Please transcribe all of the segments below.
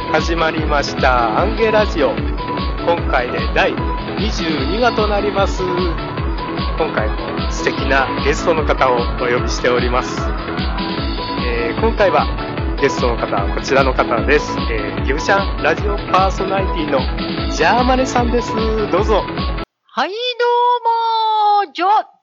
始まりましたアンゲラジオ。今回で第22話となります。今回も素敵なゲストの方をお呼びしております。今回はゲストの方はこちらの方です。ギブシャンラジオパーソナリティのジャーマネさんです。どうぞ。 はい、どうも、ジ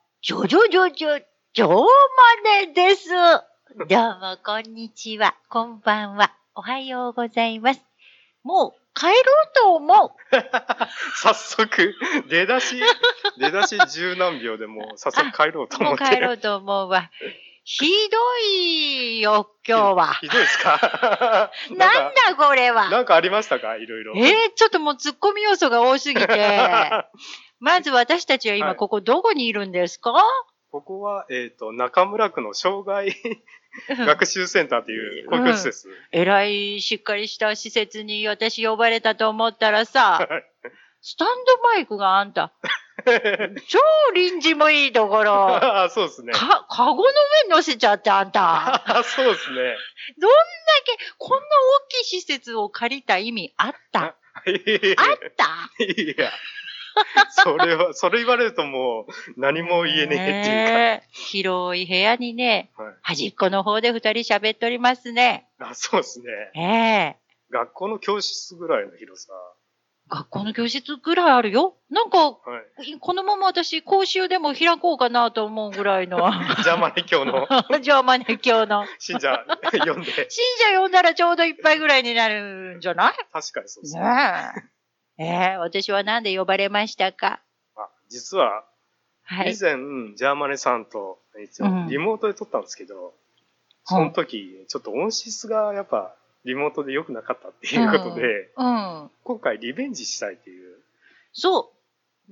ョーマネです。どうも、こんにちは、こんばんは、おはようございます。もう、帰ろうと思う。 早速、出だし十何秒でもう早速帰ろうと思って。 もう帰ろうと思うわ。ひどいよ、今日は。 ひどいですか？ なんだこれは。 なんかありましたか？いろいろ。 ちょっともう突っ込み要素が多すぎて。まず私たちは今ここどこにいるんですか？ ここは、中村区の障害学習センターという保育施設。 えらいしっかりした施設に私呼ばれたと思ったらさ、スタンドマイクがあんた。超臨時もいいところ。 あ、そうですね。 カゴの上に乗せちゃってあんた。 そうですね。 どんだけ、こんな大きい施設を借りた意味あった？あったいや。それ言われるともう何も言えねえっていうか。 広い部屋にね、端っこの方で二人喋っておりますね。 あ、そうですね。学校の教室ぐらいの広さ。 学校の教室ぐらいあるよ。なんか、このまま私、講習でも開こうかなと思うぐらいの。 ジャーマネ教の。 ジャーマネ教の。 信者呼んで。 信者呼んだらちょうど一杯ぐらいになるんじゃない？ 確かにそうですね。私はなんで呼ばれましたか？ 実は、以前、ジャーマネさんと、リモートで撮ったんですけど、その時、ちょっと音質がやっぱ、リモートで良くなかったっていうことで、今回リベンジしたいっていう。 そう。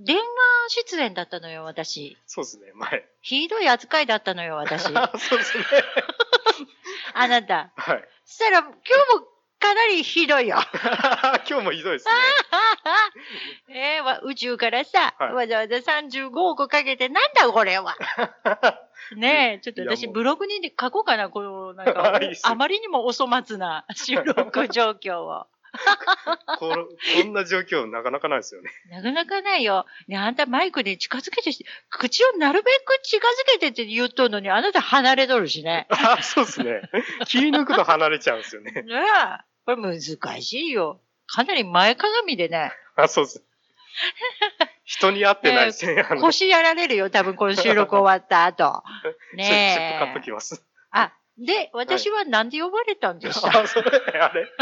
電話出演だったのよ、私。 そうですね、前。 ひどい扱いだったのよ、私。 そうですね。 あなた。 はい。 そしたら、今日もかなりひどいよ。 今日もひどいですね。宇宙からさ、わざわざ35億かけて、なんだこれは。ねえ、ちょっと私ブログに書こうかな、この、なんか、あまりにもお粗末な収録状況を。 こんな状況なかなかないですよね。 なかなかないよ。ね、あんたマイクで近づけて、口をなるべく近づけてって言っとんのに、あなた離れとるしね。 そうですね。気抜くと離れちゃうんですよね。 ねえ。これ難しいよ。かなり前かがみでね。 そうです。人に会ってないしね。 腰やられるよ、多分この収録終わった後。 ねえ。チップ買っときます。 で、私はなんで呼ばれたんでした？ あれ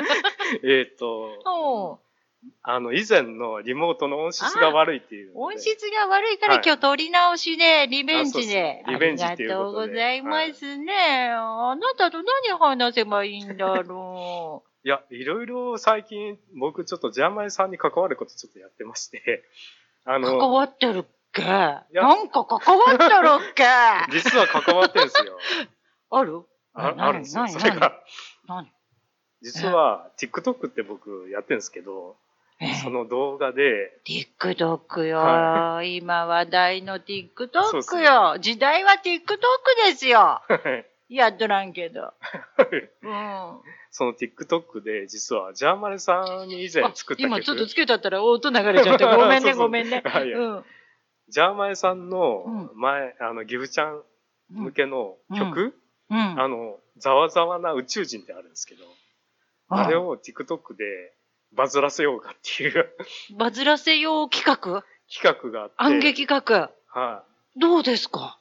以前のリモートの音質が悪いっていう。 音質が悪いから今日撮り直しで、リベンジで。 リベンジっていうことで。 ありがとうございますね。あなたと何話せばいいんだろう。 いや、いろいろ最近、僕ちょっとジャーマネさんに関わることちょっとやってまして。 関わってるっけ？なんか関わってるっけ？ 実は関わってるんですよ。 ある？ あるんですよ。それが。実は、TikTok って僕やってるんですけど、その動画で。 TikTok よ。今話題の TikTok よ。時代は TikTok ですよ。やっとらんけど。 その TikTok で、実はジャーマネさんに以前作った曲。 今ちょっとつけたったら音流れちゃって。ごめんね、ごめんね。 ジャーマネさんの前、ギフちゃん向けの曲、ざわざわな宇宙人ってあるんですけど、あれを TikTok でバズらせようかっていう。 バズらせよう企画があって。 暗劇企画。 はい。 どうですか？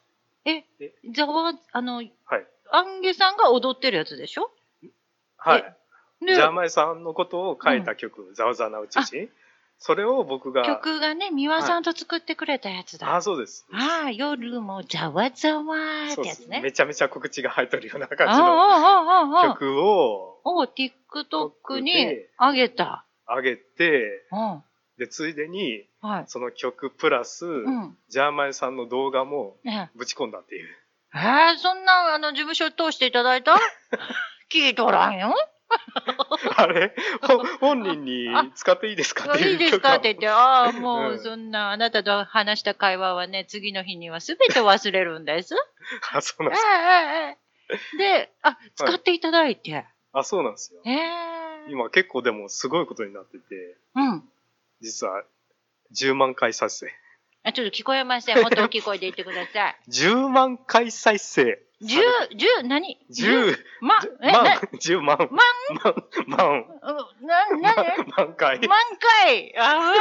アンゲさんが踊ってるやつでしょ？ はい。ジャーマネさんのことを書いた曲、ざわざわな宇宙人。それを僕が。 曲がね、美輪さんと作ってくれたやつだ。 そうです。 夜もざわざわってやつね。 めちゃめちゃ告知が入ってるような感じの曲を。 TikTok に上げた。 上げて、で、ついでに、その曲プラス、ジャーマネさんの動画もぶち込んだっていう。 そんな、事務所通していただいた？聞いとらんよ。 あれ本人に使っていいですかっていう。 いいですかって言って、もうそんな、あなたと話した会話はね、次の日には全て忘れるんです。 そうなんですか。 で、使っていただいて。 そうなんですよ。 今結構でもすごいことになってて、 うん。 実は10万回再生。 ちょっと聞こえません。もっと大きい声で言ってください。 10万回再生。 何 ?10 万。10万。万回。 満開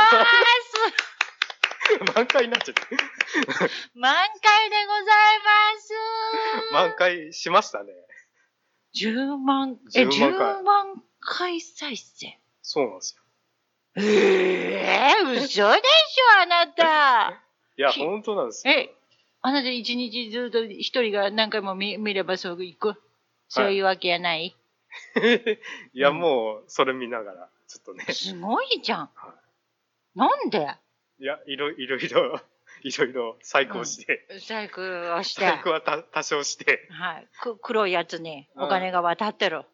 満開になっちゃった。 満開でございます。 満開しましたね。 10万回再生。 そうなんですよ。 嘘でしょ、あなた。 いや、本当なんですよ。 あなた一日ずっと一人が何回も見ればそういく？そういうわけやない？ いや、もう、それ見ながら、ちょっとね。 すごいじゃん。なんで？ いや、いろいろ細工をして。 細工をして。 細工は多少して。 はい。黒いやつにお金が渡ってる。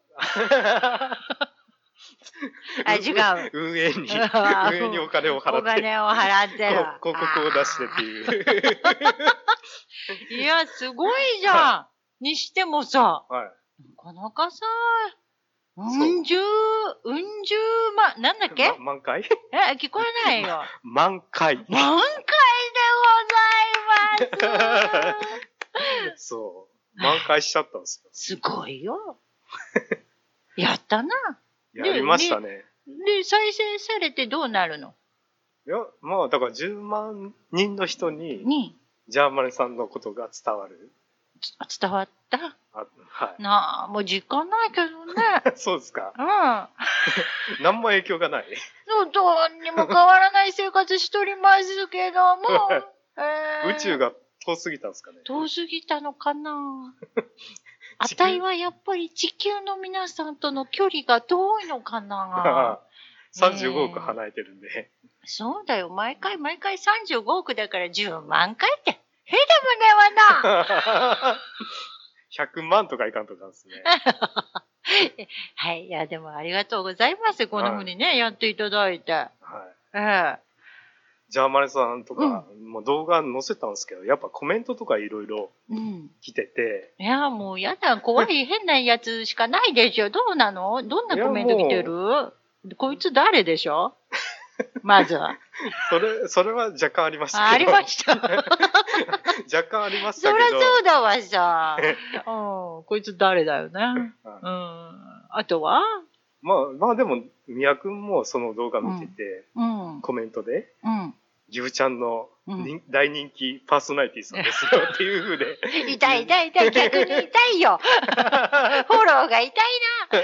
違う。 運営にお金を払って。 お金を払ってる。 広告を出してっていう。 いや、すごいじゃん。にしてもさ、なかなかさ、うん十万、なんだっけ？ 満開？ 聞こえないよ。 満開。 満開でございます。 そう。満開しちゃったんですよ。 すごいよ。やったな。 やりましたね。 で、再生されてどうなるの？ いや、まあ、だから10万人の人に、ジャーマネさんのことが伝わる。 伝わった？ はい。 もう実感ないけどね。 そうですか。 何も影響がない。 どうにも変わらない生活しとりますけども。 宇宙が遠すぎたんですかね。 遠すぎたのかな。あたいはやっぱり地球の皆さんとの距離が遠いのかな。 35億離れてるんで。 そうだよ。毎回35億だから10万回って。へでもねはな。 100万とかいかんとかですね。 はい。いや、でもありがとうございます。こんな風にね、やっていただいて。はい。 ジャーマネさんとか、もう動画載せたんですけど、やっぱコメントとかいろいろ来てて。 いや、もうやだ。怖い変なやつしかないでしょ。どうなの？どんなコメント来てる？こいつ誰でしょ？まずは。 それは若干ありましたけど。 ありました。若干ありましたけど。 そりゃそうだわさ。こいつ誰だよね。あとは？ まあでも、宮くんもその動画見てて、コメントで、ギフちゃんの大人気パーソナリティさんですよっていう風で。 痛い。逆に痛いよ。フォローが痛いな。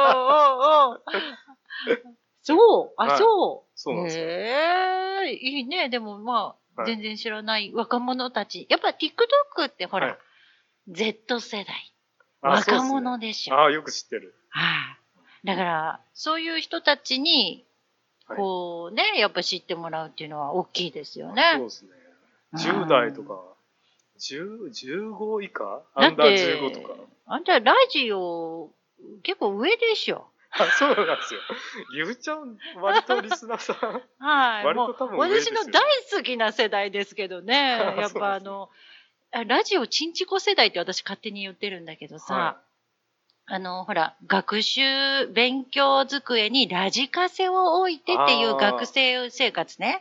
そう。 そうなんですよ。 いいね。でもまあ、全然知らない若者たち。やっぱ TikTok ってほら、Z 世代。若者でしょ。 よく知ってる。 だから、そういう人たちに、こうね、やっぱ知ってもらうっていうのは大きいですよね。 そうですね。10代とか、15以下？アンダー15とか。 あんたラジオ、結構上でしょ。 そうなんですよ。ゆうちゃん、割とリスナーさん。割と多分上ですよ。 私の大好きな世代ですけどね。やっぱラジオチンチコ世代って私勝手に言ってるんだけどさ、ほら、勉強机にラジカセを置いてっていう学生生活ね。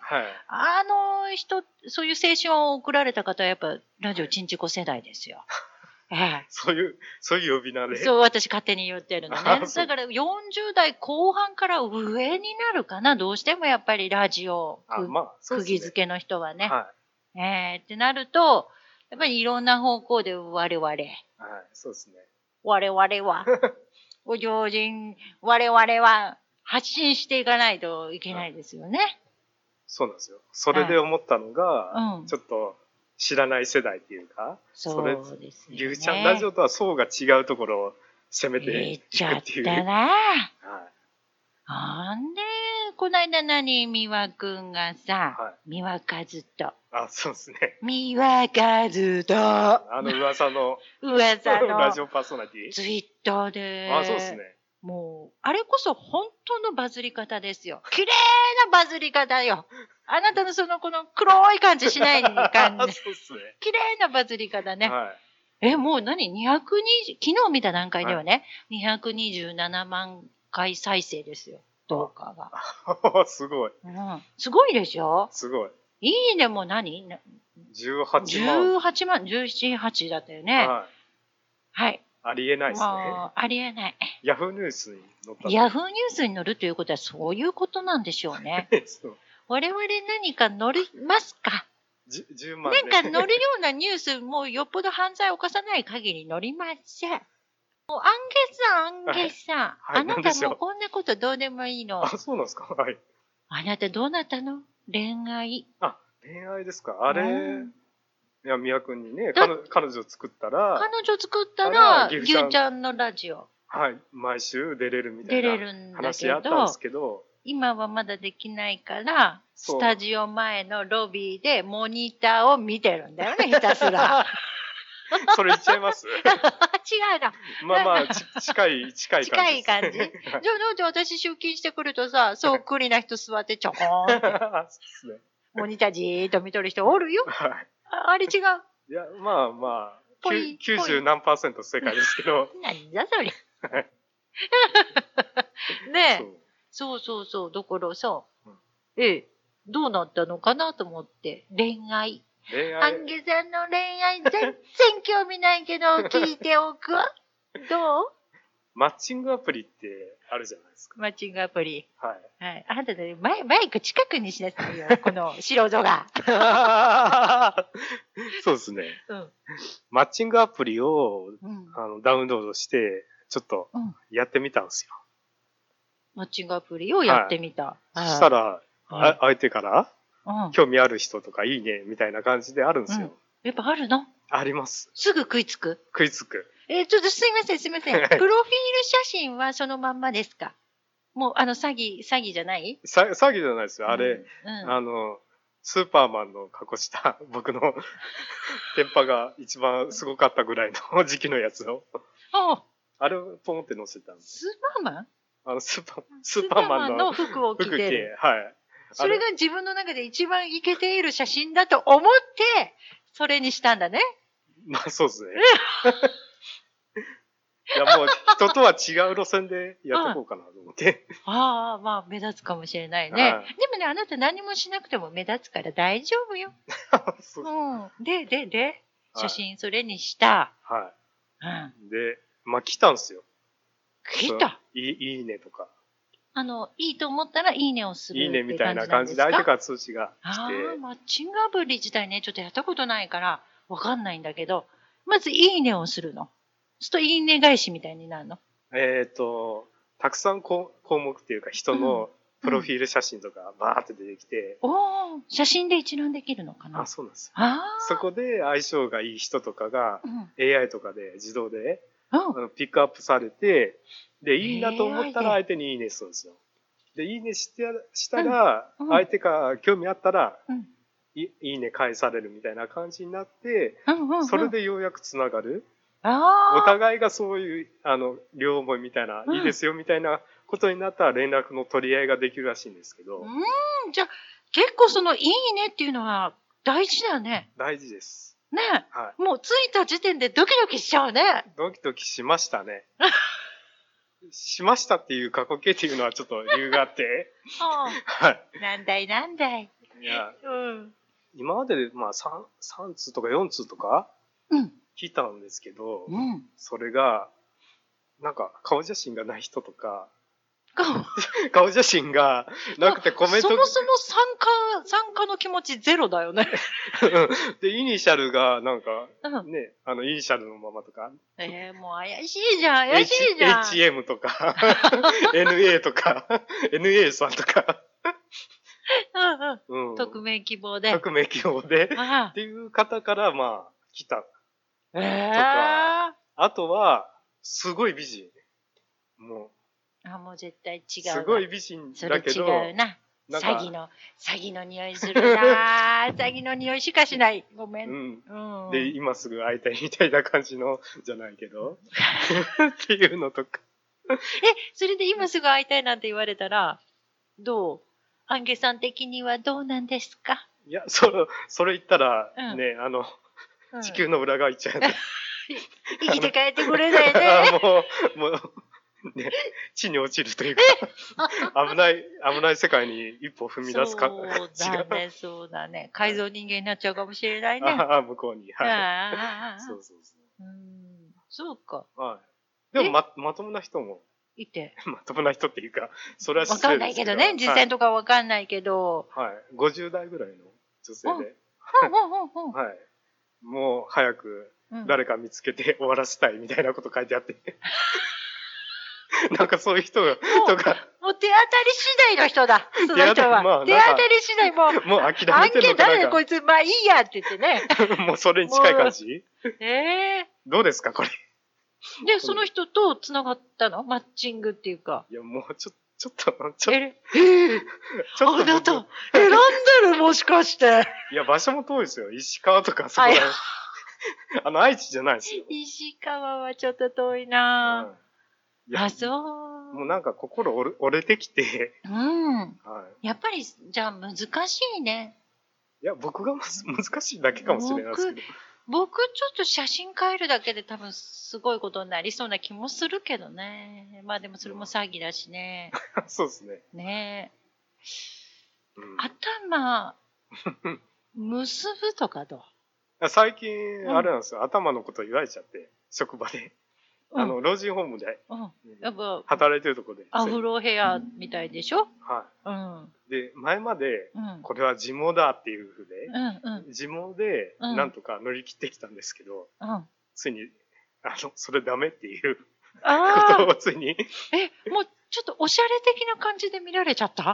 そういう青春を送られた方はやっぱラジオチンチコ世代ですよ。 そういう呼び名で。 そう、私勝手に言ってるのね。だから40代後半から上になるかな。どうしてもやっぱりラジオ、釘付けの人はね。ってなると、やっぱりいろんな方向で我々。 そうですね。 我々は、ご常人、我々は発信していかないといけないですよね。 そうなんですよ。それで思ったのが、ちょっと知らない世代っていうか、 そうですね。 ゆうちゃんラジオとは層が違うところを攻めていくっていう。 言っちゃったな。なんで、この間三輪くんがさ、三輪和人。 そうですね。 三輪和人。 噂のラジオパーソナリティ？ ツイッターで。 そうですね。 もう、あれこそ本当のバズり方ですよ。綺麗なバズり方よ。あなたのこの黒い感じしない感じ。 そうですね。 綺麗なバズり方ね。もう昨日見た段階ではね、227万回再生ですよ、動画が。 すごい。 すごいでしょ？ すごい。 いいねも何 ?18 万。 18万、17、8だったよね。はい。 ありえないですね。 ありえない。 ヤフーニュースに載った。 ヤフーニュースに載るということはそういうことなんでしょうね。我々何か載りますか ？10万なんか載るようなニュース、もうよっぽど犯罪を犯さない限り載りません。もう、アンゲさん、あなたもうこんなことどうでもいいの。 そうなんですか？はい。 あなたどうなったの？恋愛。 恋愛ですか？あれ、いや、宮君にね、彼女作ったら、 牛ちゃんのラジオ。 はい、毎週出れるみたいな話あったんですけど、 今はまだできないから、スタジオ前のロビーでモニターを見てるんだよね、ひたすら。 それ言っちゃいます？違うな。 まあ、近い感じ。 近い感じ？じゃあ私出勤してくるとさ、そっくりな人座ってちょこーんって。モニターじーっと見とる人おるよ。あれ違う。 いや、まあ、90何%正解ですけど。 何だそれ。ねえ。そう。だからさ、どうなったのかなと思って。恋愛。アンゲさんの恋愛全然興味ないけど、聞いておく。どう？ マッチングアプリってあるじゃないですか。 マッチングアプリ。 はい。 あなたね、マイク近くにしなさいよ、この素人が。 そうですね。マッチングアプリを、ダウンロードして、ちょっとやってみたんですよ。 マッチングアプリをやってみた。 そしたら、相手から、興味ある人とかいいね、みたいな感じであるんですよ。 やっぱあるの？ あります。 すぐ食いつく？ 食いつく。 ちょっとすいません。プロフィール写真はそのまんまですか？もう、詐欺じゃない？ 詐欺じゃないですよ。あれ、スーパーマンの格好した僕のテンパが一番すごかったぐらいの時期のやつを。あれをポンって載せたんです。 スーパーマン？ スーパーマンの服を着てる。 はい。 それが自分の中で一番イケている写真だと思って、それにしたんだね。 まあそうですね。いやもう人とは違う路線でやっていこうかなと思って。 まあ目立つかもしれないね。でもね、あなた何もしなくても目立つから大丈夫よ。で、写真それにした。 はい。で、来たんすよ。 来た？ いいねとか。 いいと思ったらいいねをする。 いいねみたいな感じで相手から通知が来て。 マッチングアプリ自体ね、ちょっとやったことないからわかんないんだけど、まずいいねをするの。そうするといいね返しみたいになるの？ たくさん項目っていうか人のプロフィール写真とかバーって出てきて。 写真で一覧できるのかな？ そうなんですよ。そこで相性がいい人とかが AI とかで自動でピックアップされて、で、いいなと思ったら相手にいいねするんですよ。で、いいねしたら、相手が興味あったら、いいね返されるみたいな感じになって、それでようやくつながる。お互いがそういう、両思いみたいな、いいですよみたいなことになったら連絡の取り合いができるらしいんですけど。 じゃあ、結構そのいいねっていうのは大事だね。 大事です。 ねえ。もう着いた時点でドキドキしちゃうね。 ドキドキしましたね。しましたっていう過去形っていうのはちょっと理由があって。 なんだい。 いや、今までで3通とか4通とか来たんですけど、それが、なんか顔写真がない人とか、顔写真がなくてコメント。 そもそも参加の気持ちゼロだよね。 で、イニシャルがなんか、ね、イニシャルのままとか。 もう怪しいじゃん。 HM とか、NA とか、NA さんとか。 匿名希望で。 っていう方から、来た。とか。あとは、すごい美人。もう絶対違う。 すごい美人だけど。 それ違うな。詐欺の匂いするな。詐欺の匂いしかしない。ごめん。 で、今すぐ会いたいみたいな感じの、じゃないけど。っていうのとか。 それで今すぐ会いたいなんて言われたら、どう？アンゲさん的にはどうなんですか？ いや、それ言ったら、ね、地球の裏側行っちゃう。 生きて帰ってくれないね。 もう、 ね、地に落ちるというか危ない世界に一歩踏み出すか。 そうだね。改造人間になっちゃうかもしれないね。 向こうに。はい。そう。 そうか。 はい。でもまともな人も。 いて。 まともな人っていうか、それはわかんないけどね。実践とかわかんないけど。 はい。50代ぐらいの女性で。はい。もう早く誰か見つけて終わらせたいみたいなこと書いてあって。なんかそういう人とか。 もう手当たり次第の人だ。その人は。手当たり次第もう。 もう諦めてるのかな。 誰こいつ、まあいいやって言ってね。 もうそれに近い感じ。どうですかこれ。 で、その人と繋がったの？マッチングっていうか。 いや、もうちょっと。 あなた、選んでるもしかして。 いや、場所も遠いですよ。石川とかそこら。愛知じゃないですよ。 石川はちょっと遠いなぁ。そう。 もうなんか心折れてきて。 やっぱり、じゃあ難しいね。 いや、僕が難しいだけかもしれないですけど。 僕ちょっと写真変えるだけで多分すごいことになりそうな気もするけどね。まあでもそれも詐欺だしね。 そうですね。 ねえ。頭、結ぶとかどう？最近、あれなんですよ。頭のこと言われちゃって、職場で。老人ホームで、 やっぱ働いてるとこで。 アフロヘアみたいでしょ？ はい。で、前まで、これは地毛だっていうふうで、地毛で、なんとか乗り切ってきたんですけど、ついに、それダメっていうことをついに。 もうちょっとおしゃれ的な感じで見られちゃった？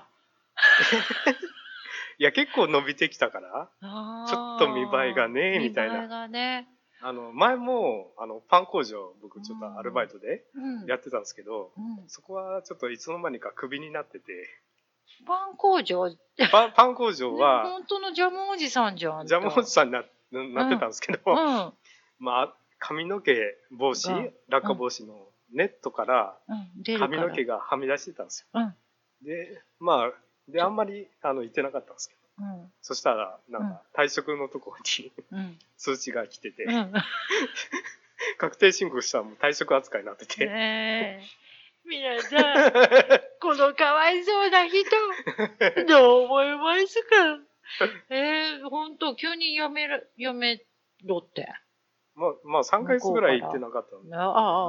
いや、結構伸びてきたから、ちょっと見栄えがね、みたいな。 見栄えがね。 前も、パン工場、僕ちょっとアルバイトでやってたんですけど、そこはちょっといつの間にかクビになってて。 パン工場パン工場は、 本当のジャムおじさんじゃん。 ジャムおじさんになってたんですけど、まあ、髪の毛防止、落下防止のネットから髪の毛がはみ出してたんですよ。で、まあ、あんまり言ってなかったんですけど。そしたら、なんか、退職のところに通知が来てて、確定申告したらもう退職扱いになってて。 皆さん、このかわいそうな人、どう思いますか？本当急にやめろって。 まあ、3ヶ月ぐらい行ってなかったんで。ま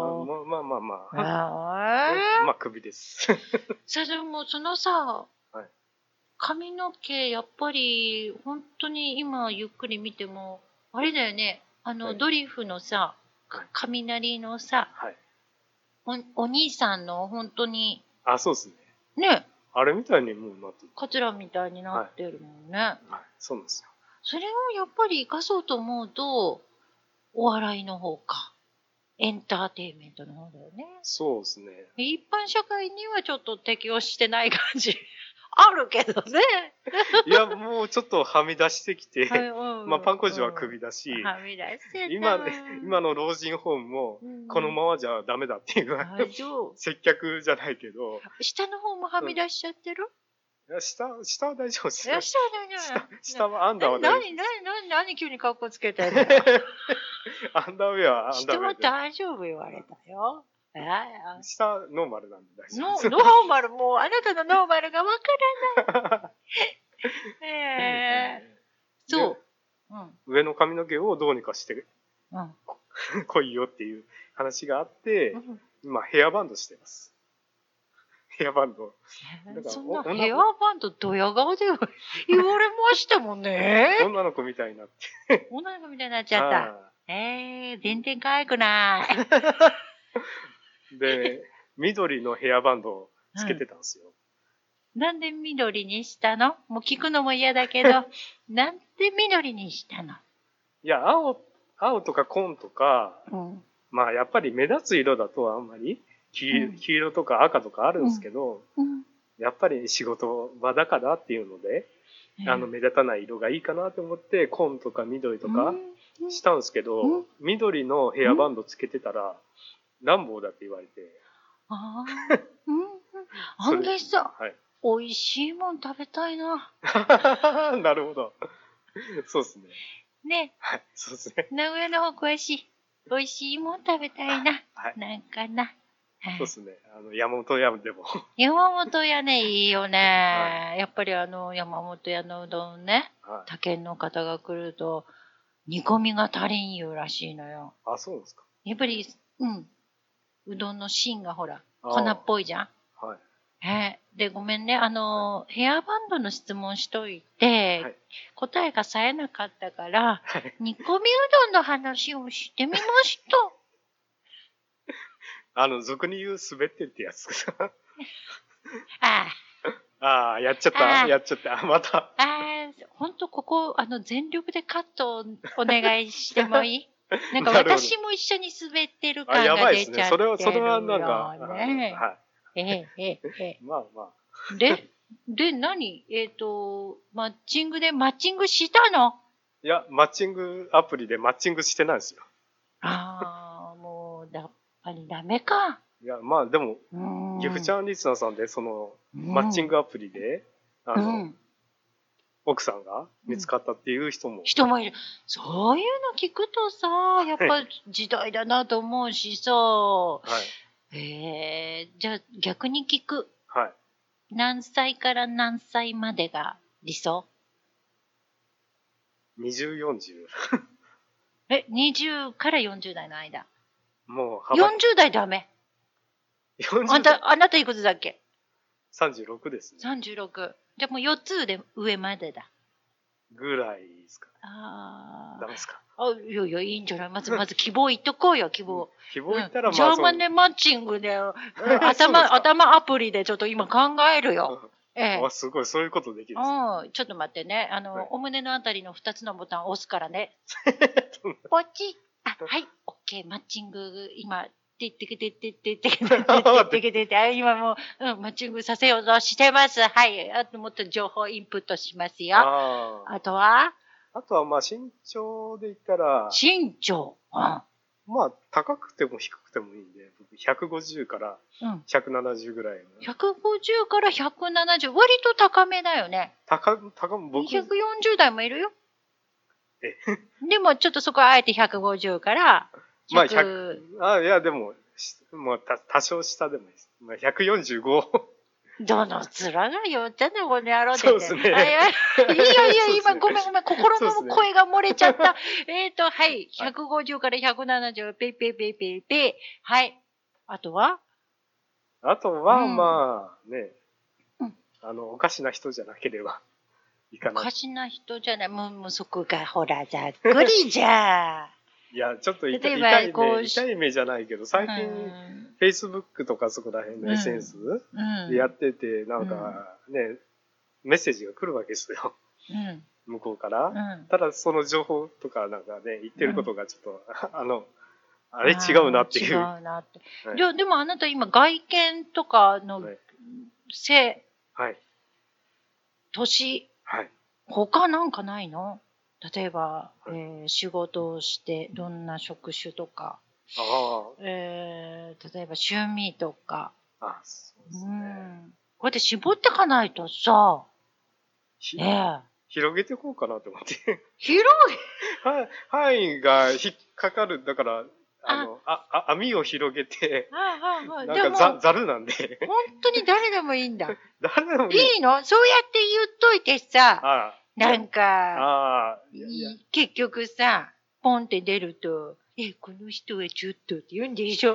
あ、クビです。 さあ、でも、そのさ、髪の毛、やっぱり、本当に今ゆっくり見ても、あれだよね、ドリフのさ、雷のさ、お兄さんの本当に。 そうですね。ね。 あれみたいにもうなってる。 カツラみたいになってるもんね。 そうなんですよ。 それをやっぱり生かそうと思うと、お笑いの方か。エンターテインメントの方だよね。 そうですね。 一般社会にはちょっと適応してない感じ。あるけどね。 いや、もうちょっとはみ出してきて、まあパン工場はクビだし、 はみ出して今の老人ホームも、このままじゃダメだっていう、接客じゃないけど。 下の方もはみ出しちゃってる？ 下は大丈夫ですよ。 下は大丈夫。 下はアンダーは大丈夫。何急に格好つけてんの？ アンダーウェア、 下は大丈夫言われたよ。 下ノーマルなんで大丈夫です。 ノーマル、もうあなたのノーマルがわからない。そう。 上の髪の毛をどうにかして来いよっていう話があって、今ヘアバンドしてます。ヘアバンド。 そんなヘアバンドドヤ顔で言われましたもんね。 女の子みたいになって。 女の子みたいになっちゃった。全然可愛くない。 で、緑のヘアバンドをつけてたんですよ。 なんで緑にしたの？もう聞くのも嫌だけど、なんで緑にしたの？ いや、青とか紺とか、まあやっぱり目立つ色だとあんまり、黄色とか赤とかあるんですけど、やっぱり仕事場だからっていうので、目立たない色がいいかなと思って、紺とか緑とかしたんですけど、緑のヘアバンドつけてたら、乱暴だって言われて。 アンゲスさん、美味しいもん食べたいな。 なるほど。そうですね。 ね。 はい、そうですね。 名古屋の方詳しい。美味しいもん食べたいな。なんかな。 そうですね。山本屋でも。 山本屋ね、いいよね。 はやっぱり山本屋のうどんね、 はい。 他県の方が来ると、煮込みが足りんいうらしいのよ。 あ、そうですか。 やっぱり、うどんの芯がほら、 あ粉っぽいじゃん。 はい。 で、ごめんね。ヘアバンドの質問しといて、 はい。 答えが冴えなかったから、 はい煮込みうどんの話をしてみました。 俗に言う滑ってってやつ。 あああ、やっちゃった。また。 ほんとここ、全力でカットお願いしてもいいなんか私も一緒に滑ってる感が出ちゃってるよ、ね。 やばいですね。それはなんか、 はい。 まあまあ。 で、何マッチングしたの？ いや、マッチングアプリでマッチングしてないですよ。 もう、やっぱりダメか。 いや、まあでも、ギフちゃんリスナーさんで、マッチングアプリで、奥さんが見つかったっていう人も。 人もいる。そういうの聞くとさ、やっぱ時代だなと思うしさ。はい。じゃあ逆に聞く。 はい。 何歳から何歳までが理想 ？20、40。 20から40代の間。 もう40代ダメ。 40代あなたいくつだっけ？ 36ですね。 36。じゃあもう4つで上までだ。 ぐらいですか。ダメですか。 いや、いいんじゃない。まず希望言っとこうよ、希望。 希望言ったらまあ。 ジャーマネマッチングで、頭アプリでちょっと今考えるよ。 すごい、そういうことできるんです。ちょっと待ってね。お胸のあたりの2つのボタンを押すからね。ポチッ。はい、OK、マッチング、今、今もう、マッチングさせようとしてます。はい。あともっと情報インプットしますよ。あとは、まあ身長で言ったら。 身長。 まあ、高くても低くてもいいんで、僕150から170ぐらいの。 150から170。割と高めだよね。 僕。 140代もいるよ。でもちょっとそこはあえて150から、 まあ100、いやでも、多少下でもいいです。まあ145。 どの面がよっちゃんね、この野郎で。 そうですね。いや、 今ごめん、心の声が漏れちゃった。はい、150から170、ペイペイペイペイペイ。はい。あとは、 まあね、おかしな人じゃなければいかない。 おかしな人じゃない。もうそこがほら、ざっくりじゃ。 いや、ちょっと痛い目じゃないけど、最近、Facebook とかそこら辺の SNS でやってて、なんかね、メッセージが来るわけですよ。向こうから。ただその情報とかなんかね、言ってることがちょっと、あれ違うなっていう。 違うなって。でもあなた今外見とかの背、年、他なんかないの？例えば、仕事をしてどんな職種とか、例えば趣味とか。 そうですね。 こうやって絞ってかないとさ、 広げていこうかなと思って。 範囲が引っかかる、だから、網を広げて、なんかざるなんで。 本当に誰でもいいんだ。 誰でもいい。 いいの？そうやって言っといてさ、なんか、結局さ、ポンって出ると、この人はちょっとって言うんでしょ？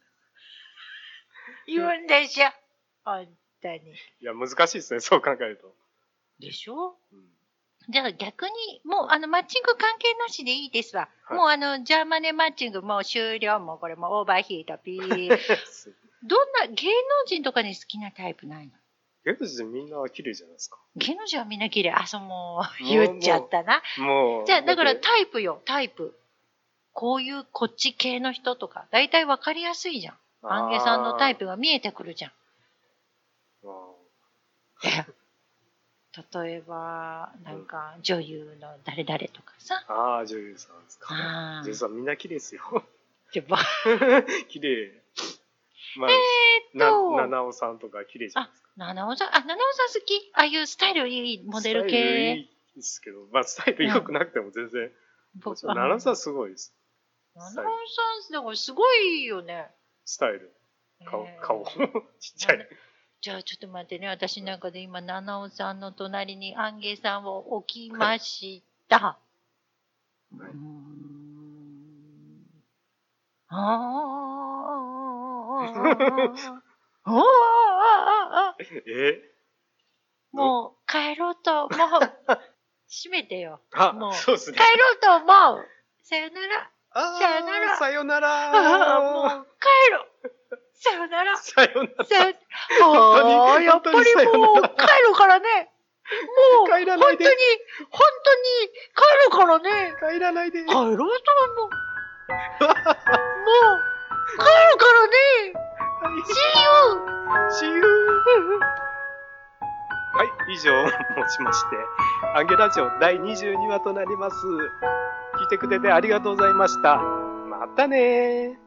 言うんでしょ？本当に。 いや、難しいですね、そう考えると。 でしょ？じゃあ逆に、もうマッチング関係なしでいいですわ。もうジャーマネマッチングもう終了。もうこれもオーバーヒートピー。どんな芸能人とかに好きなタイプないの？ 芸能人みんな綺麗じゃないですか。 芸能人はみんな綺麗。もう言っちゃったな。じゃあだからタイプよ、タイプ。こっち系の人とか、だいたいわかりやすいじゃん。アンゲさんのタイプが見えてくるじゃん。例えば、なんか、女優の誰々とかさ。 女優さんですか。女優さんみんな綺麗ですよ。綺麗。七尾さんとか綺麗じゃないですか。 七尾さん好き？ああいうスタイルいいモデル系。 スタイルいいですけど、スタイル良くなくても全然。七尾さんすごいです。 七尾さん、だからすごいよね。 スタイル。 顔。ちっちゃい。 じゃあちょっと待ってね。私なんかで今、七尾さんの隣にアンゲさんを置きました。もう帰ろうと思う。閉めてよ。もうそうですね。 帰ろうと思う。さよなら。 さよなら。さよなら。 もう帰ろう。さよなら。 さよなら。 やっぱりもう帰るからね。もう、 帰らないで。 本当に帰るからね。 帰らないで。 帰ろうと思う。もう、帰るからね。 See you! はい、以上をもちまして、アンゲラジオ第22話となります。聞いてくれてありがとうございました。またねー。